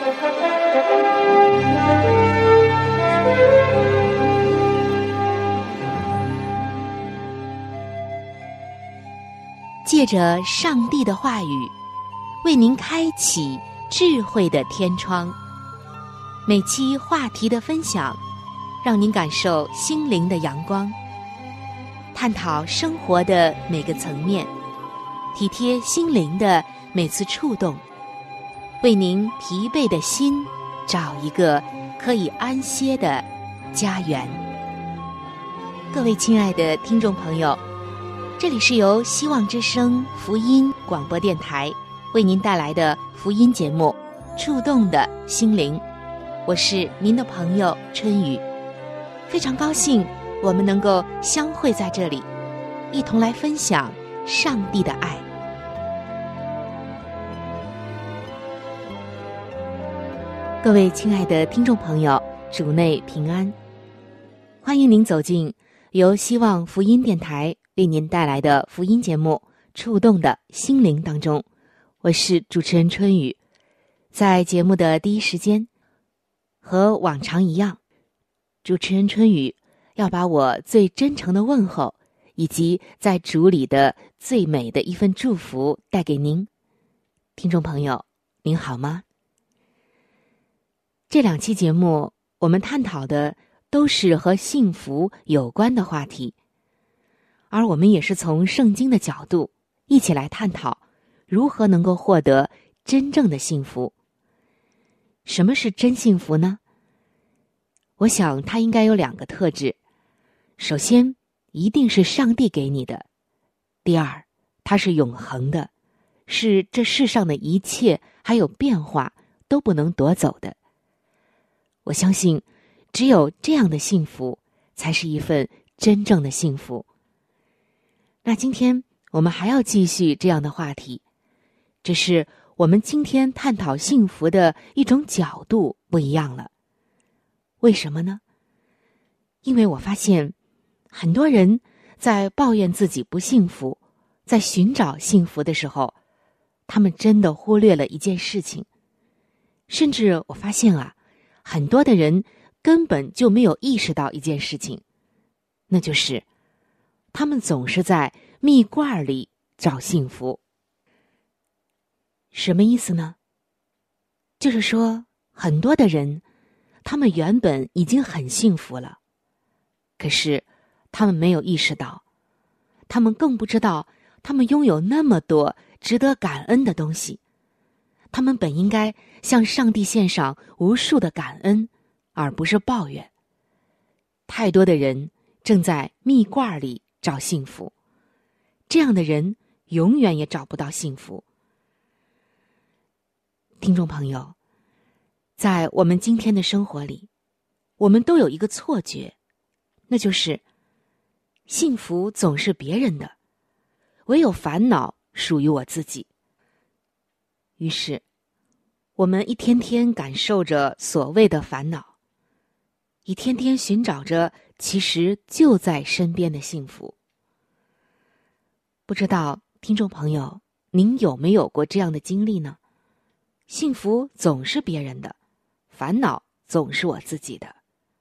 借着上帝的话语，为您开启智慧的天窗。每期话题的分享，让您感受心灵的阳光，探讨生活的每个层面，体贴心灵的每次触动，为您疲惫的心找一个可以安歇的家园。各位亲爱的听众朋友，这里是由希望之声福音广播电台为您带来的福音节目《触动的心灵》，我是您的朋友春雨，非常高兴我们能够相会在这里，一同来分享上帝的爱。各位亲爱的听众朋友，主内平安，欢迎您走进由希望福音电台为您带来的福音节目《触动的心灵》当中，我是主持人春雨。在节目的第一时间，和往常一样，主持人春雨要把我最真诚的问候，以及在主里的最美的一份祝福带给您。听众朋友，您好吗？这两期节目我们探讨的都是和幸福有关的话题，而我们也是从圣经的角度一起来探讨如何能够获得真正的幸福。什么是真幸福呢？我想它应该有两个特质。首先，一定是上帝给你的；第二，它是永恒的，是这世上的一切还有变化都不能夺走的。我相信只有这样的幸福才是一份真正的幸福。那今天我们还要继续这样的话题，只是我们今天探讨幸福的一种角度不一样了。为什么呢？因为我发现很多人在抱怨自己不幸福，在寻找幸福的时候，他们真的忽略了一件事情。甚至我发现很多的人根本就没有意识到一件事情，那就是他们总是在蜜罐里找幸福。什么意思呢？就是说，很多的人他们原本已经很幸福了，可是他们没有意识到，他们更不知道他们拥有那么多值得感恩的东西。他们本应该向上帝献上无数的感恩，而不是抱怨。太多的人正在蜜罐里找幸福，这样的人永远也找不到幸福。听众朋友，在我们今天的生活里，我们都有一个错觉，那就是幸福总是别人的，唯有烦恼属于我自己。于是我们一天天感受着所谓的烦恼，一天天寻找着其实就在身边的幸福。不知道听众朋友，您有没有过这样的经历呢？幸福总是别人的，烦恼总是我自己的。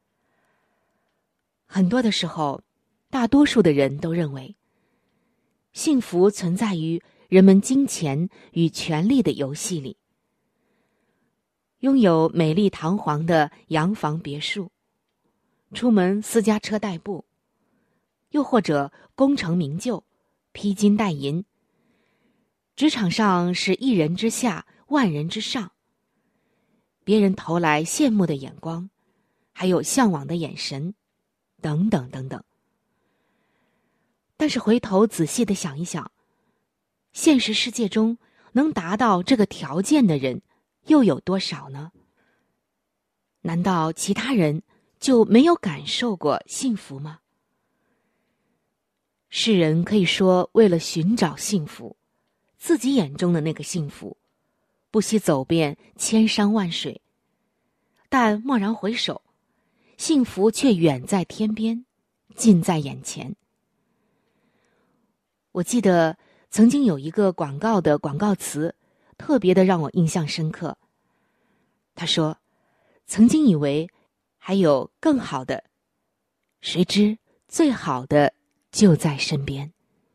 很多的时候，大多数的人都认为，幸福存在于人们金钱与权力的游戏里。拥有美丽堂皇的洋房别墅，出门私家车代步，又或者功成名就，披金戴银，职场上是一人之下万人之上，别人投来羡慕的眼光，还有向往的眼神，等等等等。但是回头仔细地想一想，现实世界中能达到这个条件的人又有多少呢？难道其他人就没有感受过幸福吗？世人可以说为了寻找幸福，自己眼中的那个幸福，不惜走遍千山万水，但蓦然回首，幸福却远在天边，近在眼前。我记得曾经有一个广告的广告词，特别的让我印象深刻。 他说，曾经以为还有更好的，谁知最好的就在身边。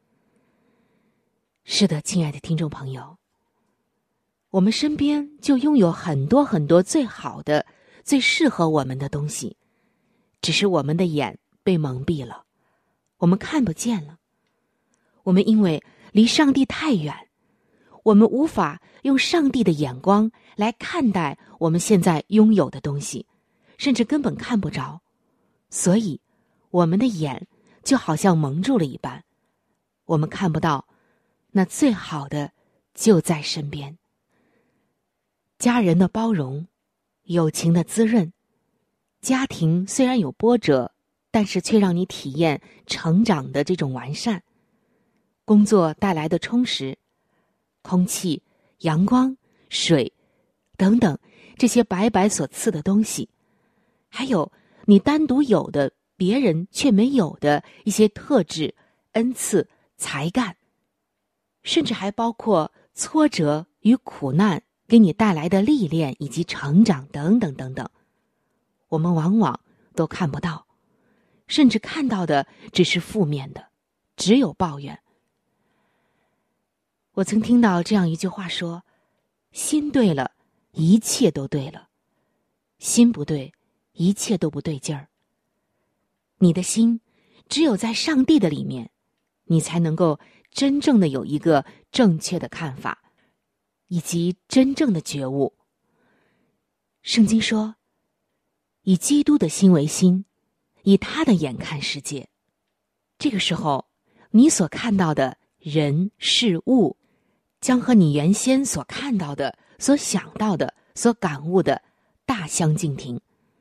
是的，亲爱的听众朋友，我们身边就拥有很多很多最好的、最适合我们的东西，只是我们的眼被蒙蔽了，我们看不见了。我们因为离上帝太远，我们无法用上帝的眼光来看待我们现在拥有的东西，甚至根本看不着，所以我们的眼就好像蒙住了一般，我们看不到那最好的就在身边。家人的包容，友情的滋润，家庭虽然有波折，但是却让你体验成长的这种完善，工作带来的充实，空气、阳光、水等等这些白白所赐的东西，还有你单独有的别人却没有的一些特质、恩赐、才干，甚至还包括挫折与苦难给你带来的历练以及成长等等等等，我们往往都看不到，甚至看到的只是负面的，只有抱怨。我曾听到这样一句话说，心对了，一切都对了；心不对，一切都不对劲儿。你的心只有在上帝的里面，你才能够真正的有一个正确的看法，以及真正的觉悟。圣经说，以基督的心为心，以他的眼看世界。这个时候，你所看到的人事物，将和你原先所看到的、所想到的、所感悟的大相径庭。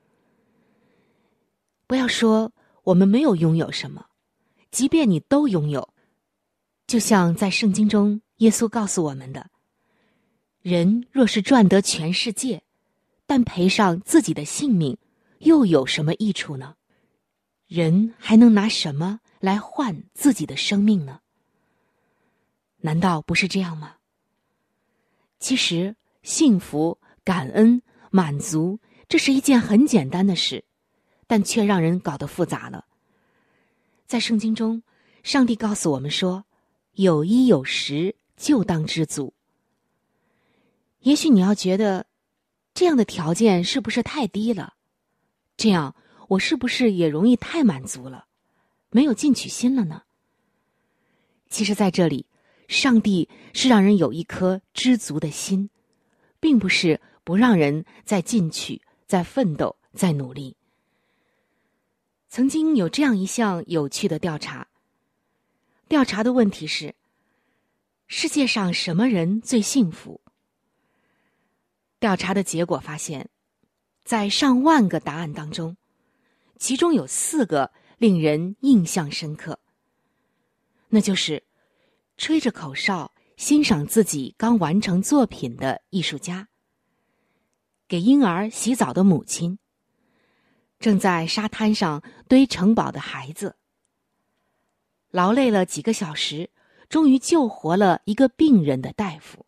不要说我们没有拥有什么，即便你都拥有，就像在圣经中耶稣告诉我们的，人若是赚得全世界，但赔上自己的性命，又有什么益处呢？人还能拿什么来换自己的生命呢？难道不是这样吗？其实幸福、感恩、满足，这是一件很简单的事，但却让人搞得复杂了。在圣经中，上帝告诉我们说，有衣有食就当知足。也许你要觉得这样的条件是不是太低了？这样我是不是也容易太满足了，没有进取心了呢？其实在这里，上帝是让人有一颗知足的心，并不是不让人再进取、再奋斗、再努力。曾经有这样一项有趣的调查，调查的问题是，世界上什么人最幸福？调查的结果发现，在上万个答案当中，其中有4个令人印象深刻，那就是吹着口哨欣赏自己刚完成作品的艺术家，给婴儿洗澡的母亲，正在沙滩上堆城堡的孩子，劳累了几个小时，终于救活了一个病人的大夫。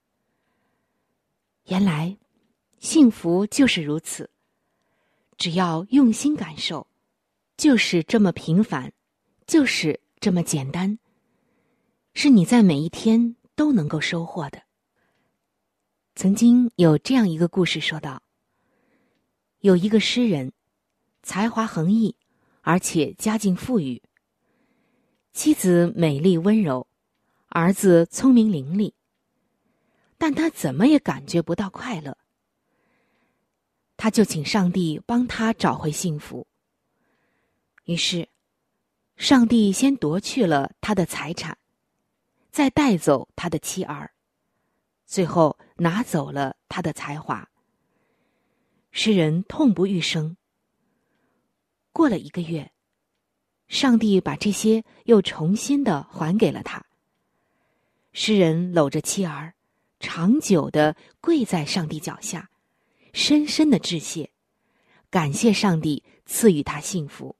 原来幸福就是如此，只要用心感受，就是这么平凡，就是这么简单，是你在每一天都能够收获的。曾经有这样一个故事说道，有一个诗人，才华横溢，而且家境富裕，妻子美丽温柔，儿子聪明伶俐，但他怎么也感觉不到快乐。他就请上帝帮他找回幸福。于是，上帝先夺去了他的财产，再带走他的妻儿，最后拿走了他的才华。诗人痛不欲生。过了1个月，上帝把这些又重新的还给了他。诗人搂着妻儿，长久的跪在上帝脚下，深深的致谢，感谢上帝赐予他幸福。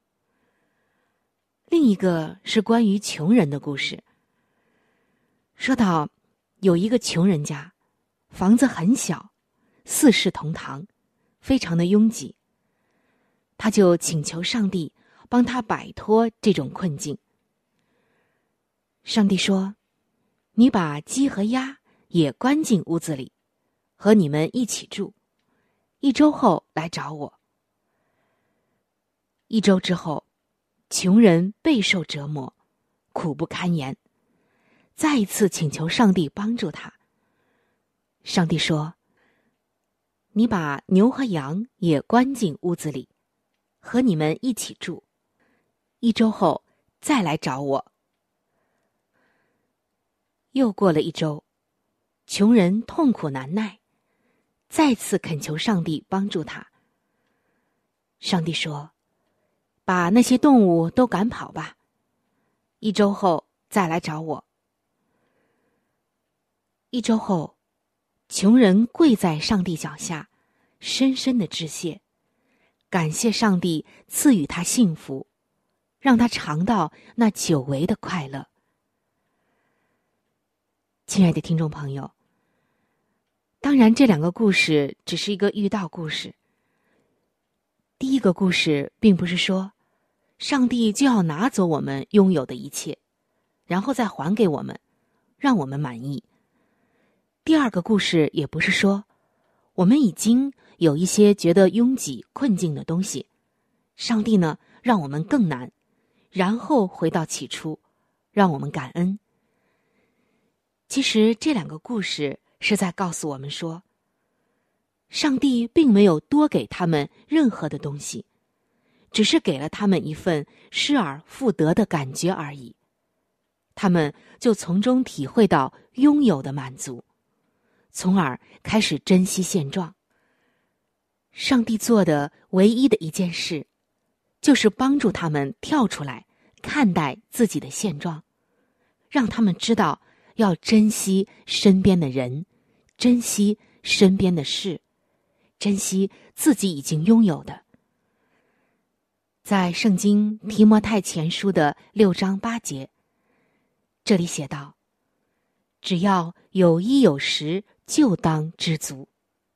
另一个是关于穷人的故事。说到有一个穷人家，房子很小， 四世同堂，非常的拥挤。他就请求上帝帮他摆脱这种困境。上帝说：你把鸡和鸭也关进屋子里，和你们一起住，1周后来找我。1周之后，穷人备受折磨，苦不堪言，再一次请求上帝帮助他。上帝说：你把牛和羊也关进屋子里，和你们一起住，1周后再来找我。又过了1周，穷人痛苦难耐，再次恳求上帝帮助他。上帝说：把那些动物都赶跑吧，1周后再来找我。1周后，穷人跪在上帝脚下，深深的致谢，感谢上帝赐予他幸福，让他尝到那久违的快乐。亲爱的听众朋友，当然这2个故事只是一个寓道故事。第一个故事并不是说上帝就要拿走我们拥有的一切，然后再还给我们，让我们满意。第2个故事也不是说我们已经有一些觉得拥挤困境的东西，上帝呢让我们更难，然后回到起初，让我们感恩。其实这2个故事是在告诉我们说，上帝并没有多给他们任何的东西，只是给了他们一份失而复得的感觉而已，他们就从中体会到拥有的满足，从而开始珍惜现状。上帝做的唯一的一件事，就是帮助他们跳出来看待自己的现状，让他们知道要珍惜身边的人，珍惜身边的事，珍惜自己已经拥有的。在圣经提摩太前书的6章8节，这里写道：只要有衣有食，就当知足。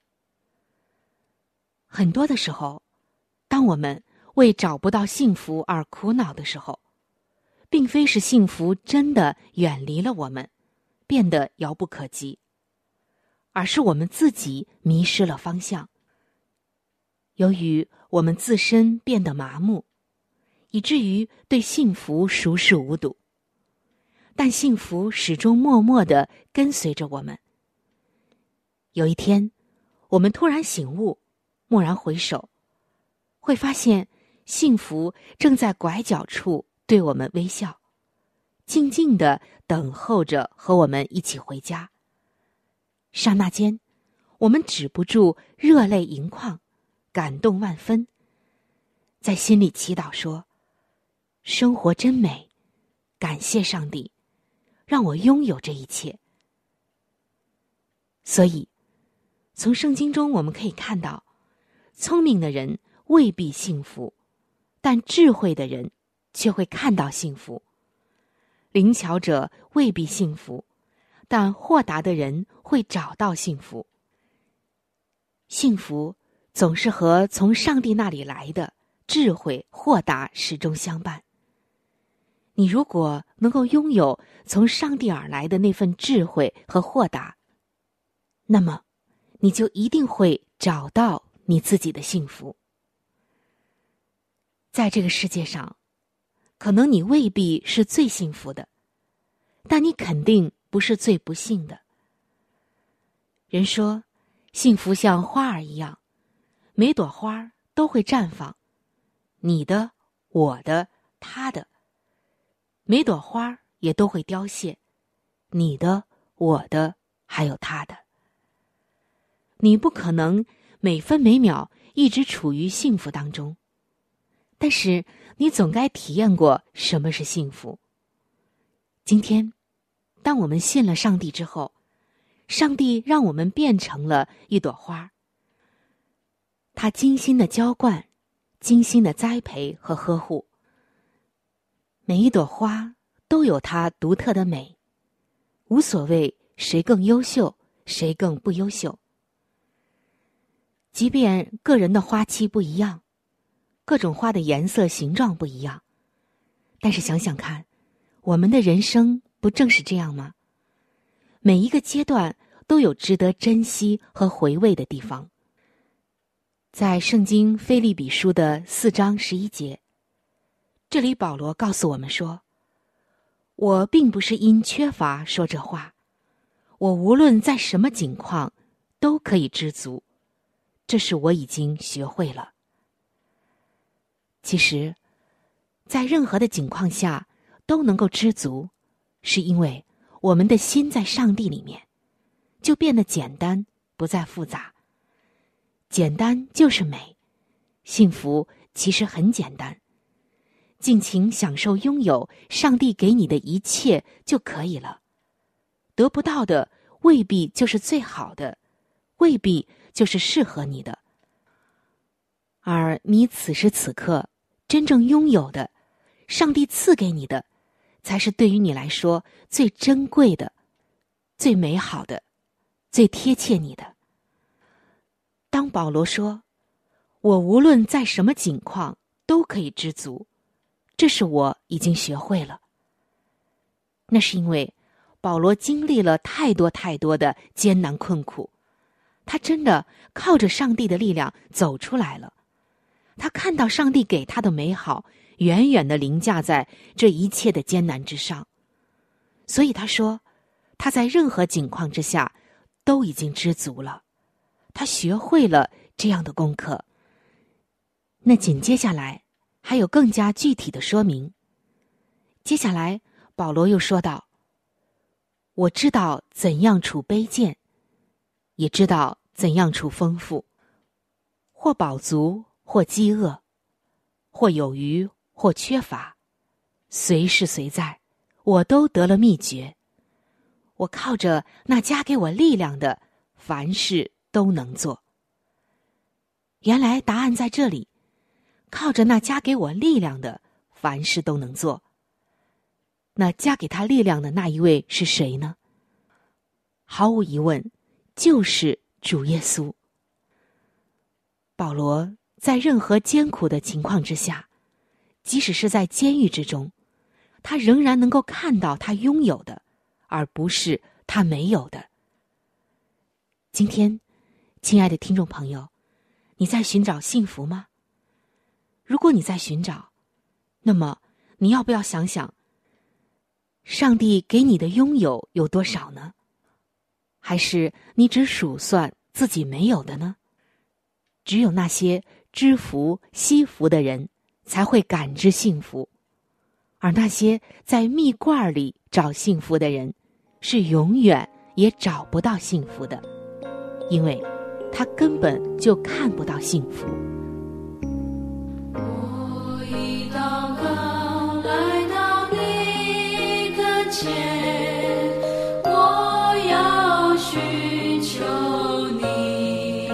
很多的时候，当我们为找不到幸福而苦恼的时候，并非是幸福真的远离了我们，变得遥不可及，而是我们自己迷失了方向。由于我们自身变得麻木，以至于对幸福熟视无睹，但幸福始终默默地跟随着我们。有一天，我们突然醒悟，蓦然回首，会发现幸福正在拐角处对我们微笑，静静地等候着和我们一起回家。刹那间，我们止不住热泪盈眶，感动万分，在心里祈祷说：生活真美，感谢上帝，让我拥有这一切。所以，从圣经中我们可以看到，聪明的人未必幸福，但智慧的人却会看到幸福。灵巧者未必幸福，但豁达的人会找到幸福。幸福总是和从上帝那里来的智慧、豁达始终相伴。你如果能够拥有从上帝而来的那份智慧和豁达，那么你就一定会找到你自己的幸福。在这个世界上，可能你未必是最幸福的，但你肯定不是最不幸的。人说，幸福像花儿一样，每朵花都会绽放，你的、我的、他的；每朵花也都会凋谢，你的、我的，还有他的。你不可能每分每秒一直处于幸福当中，但是你总该体验过什么是幸福。今天，当我们信了上帝之后，上帝让我们变成了一朵花，他精心的浇灌，精心的栽培和呵护。每一朵花都有它独特的美，无所谓谁更优秀，谁更不优秀。 即便个人的花期不一样，各种花的颜色形状不一样，但是想想看，我们的人生不正是这样吗？每一个阶段都有值得珍惜和回味的地方。在圣经腓立比书的4章11节，这里保罗告诉我们说，我并不是因缺乏说这话，我无论在什么境况都可以知足，这是我已经学会了。其实在任何的境况下都能够知足，是因为我们的心在上帝里面，就变得简单，不再复杂。简单就是美，幸福其实很简单，尽情享受拥有上帝给你的一切就可以了。得不到的未必就是最好的，未必就是适合你的，而你此时此刻真正拥有的，上帝赐给你的，才是对于你来说最珍贵的、最美好的、最贴切你的。当保罗说，我无论在什么境况都可以知足，这是我已经学会了。那是因为保罗经历了太多太多的艰难困苦，他真的靠着上帝的力量走出来了。他看到上帝给他的美好远远地凌驾在这一切的艰难之上，所以他说，他在任何境况之下都已经知足了，他学会了这样的功课。那紧接下来还有更加具体的说明。接下来保罗又说道，我知道怎样处卑贱，也知道怎样处丰富，或饱足，或饥饿，或有余，或缺乏，随时随在，我都得了秘诀。我靠着那加给我力量的，凡事都能做。原来答案在这里，靠着那加给我力量的，凡事都能做。那加给他力量的那一位是谁呢？毫无疑问，就是主耶稣。保罗在任何艰苦的情况之下，即使是在监狱之中，他仍然能够看到他拥有的，而不是他没有的。今天，亲爱的听众朋友，你在寻找幸福吗？如果你在寻找，那么你要不要想想，上帝给你的拥有有多少呢？还是你只数算自己没有的呢？只有那些知福惜福的人才会感知幸福，而那些在蜜罐里找幸福的人是永远也找不到幸福的，因为他根本就看不到幸福。 我一祷告来到你跟前，我要寻求你，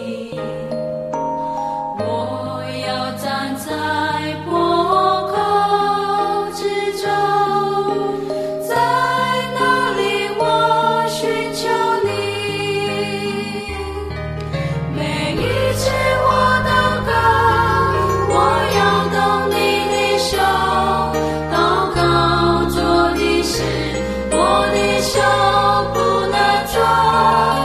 我要站在破口之中，在那里我寻求你。每一次我祷告，我要动你的手，祷告做的事，我的手不能做。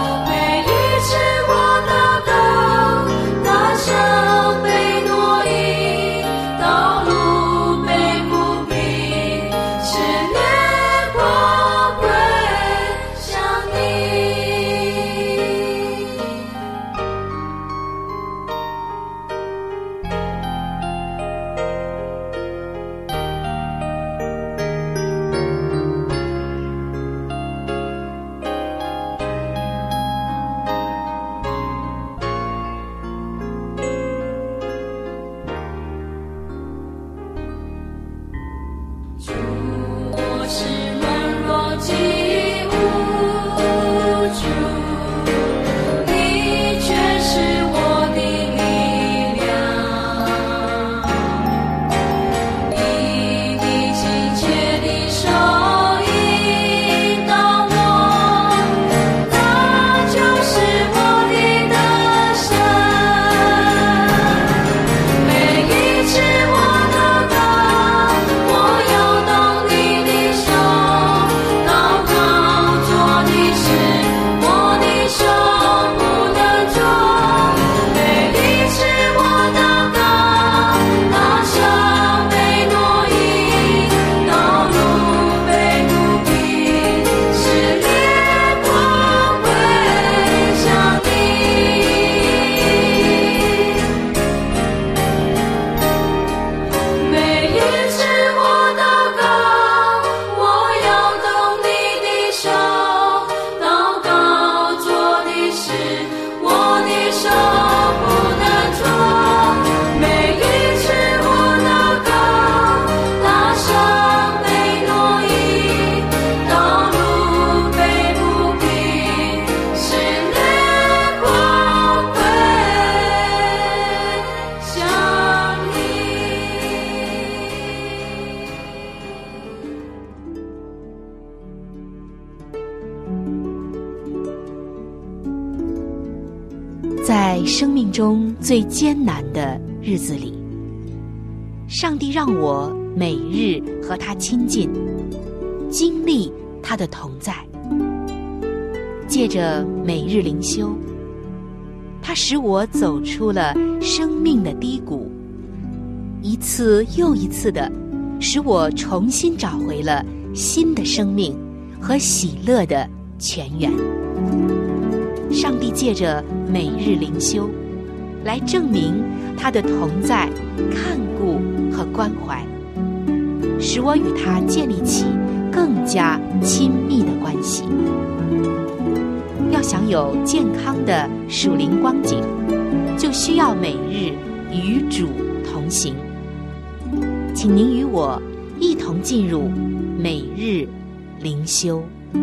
在生命中最艰难的日子里，上帝让我每日和他亲近，经历他的同在。借着每日灵修，他使我走出了生命的低谷，一次又一次的使我重新找回了新的生命和喜乐的泉源。上帝借着每日灵修来证明他的同在、看顾和关怀，使我与他建立起更加亲密的关系。要享有健康的属灵光景，就需要每日与主同行。请您与我一同进入每日灵修。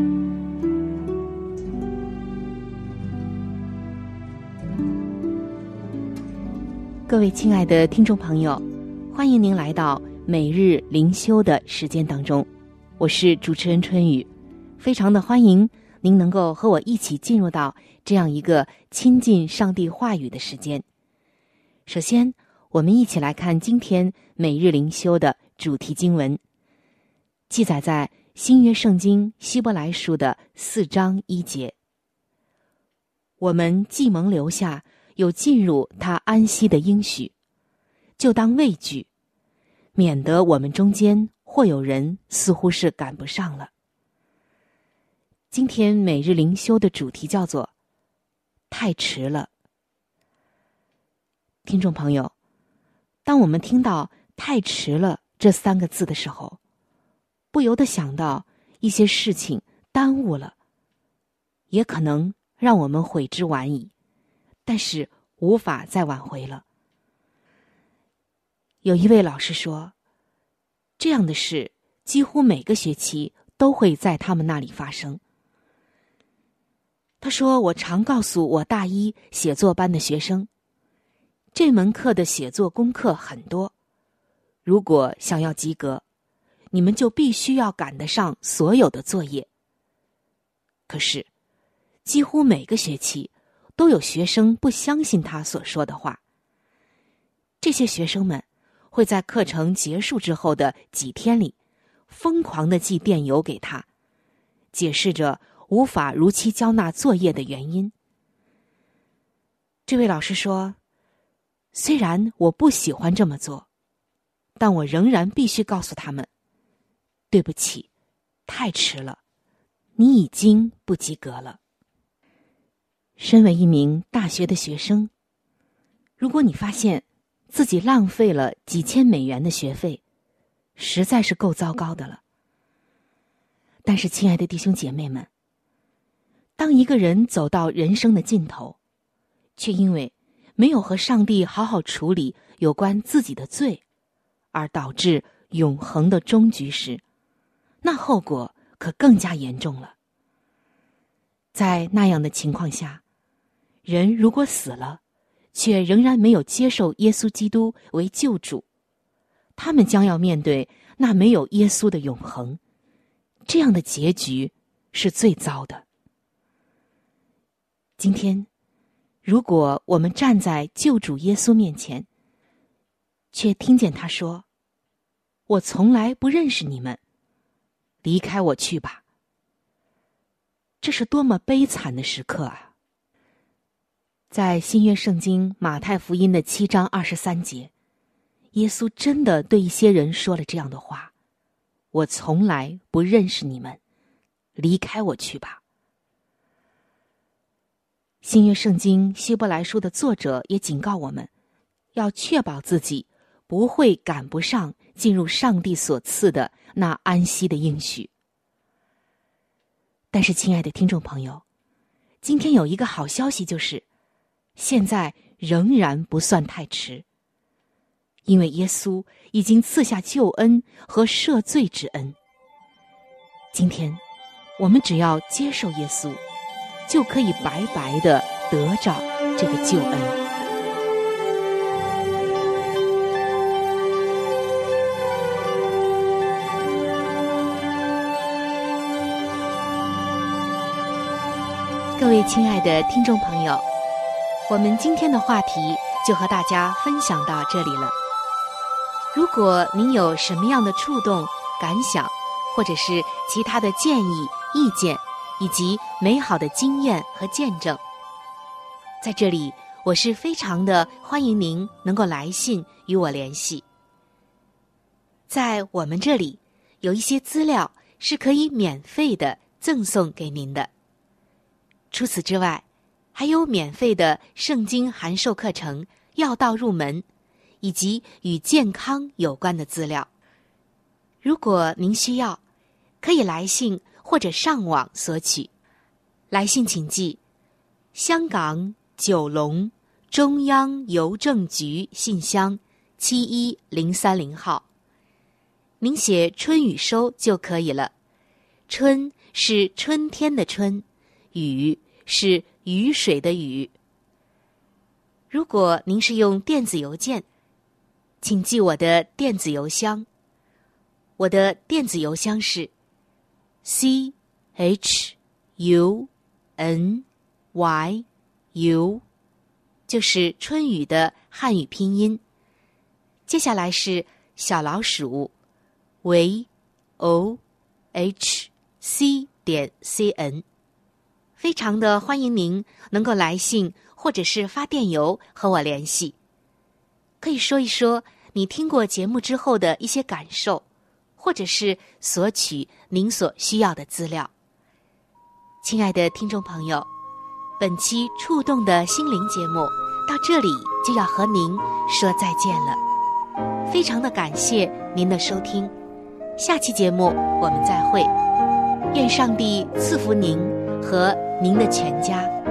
各位亲爱的听众朋友，欢迎您来到每日灵修的时间当中，我是主持人春雨，非常的欢迎您能够和我一起进入到这样一个亲近上帝话语的时间。首先，我们一起来看今天每日灵修的主题经文，记载在新约圣经希伯来书的4章1节。我们既蒙留下有进入他安息的应许，就当畏惧，免得我们中间或有人似乎是赶不上了。今天每日灵修的主题叫做太迟了。听众朋友，当我们听到太迟了这3个字的时候，不由得想到一些事情耽误了，也可能让我们悔之晚矣，但是无法再挽回了。有一位老师说，这样的事几乎每个学期都会在他们那里发生。他说，我常告诉我大一写作班的学生，这门课的写作功课很多，如果想要及格，你们就必须要赶得上所有的作业。可是几乎每个学期都有学生不相信他所说的话，这些学生们会在课程结束之后的几天里疯狂地寄电邮给他，解释着无法如期交纳作业的原因。这位老师说，虽然我不喜欢这么做，但我仍然必须告诉他们，对不起，太迟了，你已经不及格了。身为一名大学的学生，如果你发现自己浪费了几千美元的学费，实在是够糟糕的了。但是亲爱的弟兄姐妹们，当一个人走到人生的尽头，却因为没有和上帝好好处理有关自己的罪，而导致永恒的终局时，那后果可更加严重了。在那样的情况下，人如果死了，却仍然没有接受耶稣基督为救主，他们将要面对那没有耶稣的永恒，这样的结局是最糟的。今天，如果我们站在救主耶稣面前，却听见他说，我从来不认识你们，离开我去吧，这是多么悲惨的时刻啊！在新约圣经马太福音的7章23节，耶稣真的对一些人说了这样的话，我从来不认识你们，离开我去吧。新约圣经希伯来书的作者也警告我们，要确保自己不会赶不上进入上帝所赐的那安息的应许。但是亲爱的听众朋友，今天有一个好消息，就是现在仍然不算太迟，因为耶稣已经赐下救恩和赦罪之恩。今天我们只要接受耶稣，就可以白白地得着这个救恩。各位亲爱的听众朋友， 我们今天的话题就和大家分享到这里了。如果您有什么样的触动、感想，或者是其他的建议、意见，以及美好的经验和见证，在这里我是非常的欢迎您能够来信与我联系。在我们这里有一些资料是可以免费的赠送给您的。除此之外，还有免费的圣经函授课程要道入门，以及与健康有关的资料。如果您需要，可以来信或者上网索取。来信请寄香港九龙中央邮政局信箱71030号。您写春雨收就可以了。春是春天的春，雨是雨水的雨。如果您是用电子邮件，请记我的电子邮箱。我的电子邮箱是 CHUNYU， 就是春雨的汉语拼音。接下来是小老鼠vohc.cn。非常的欢迎您能够来信或者是发电邮和我联系，可以说一说你听过节目之后的一些感受，或者是索取您所需要的资料。亲爱的听众朋友，本期触动的心灵节目到这里就要和您说再见了，非常的感谢您的收听，下期节目我们再会，愿上帝赐福您和您的全家。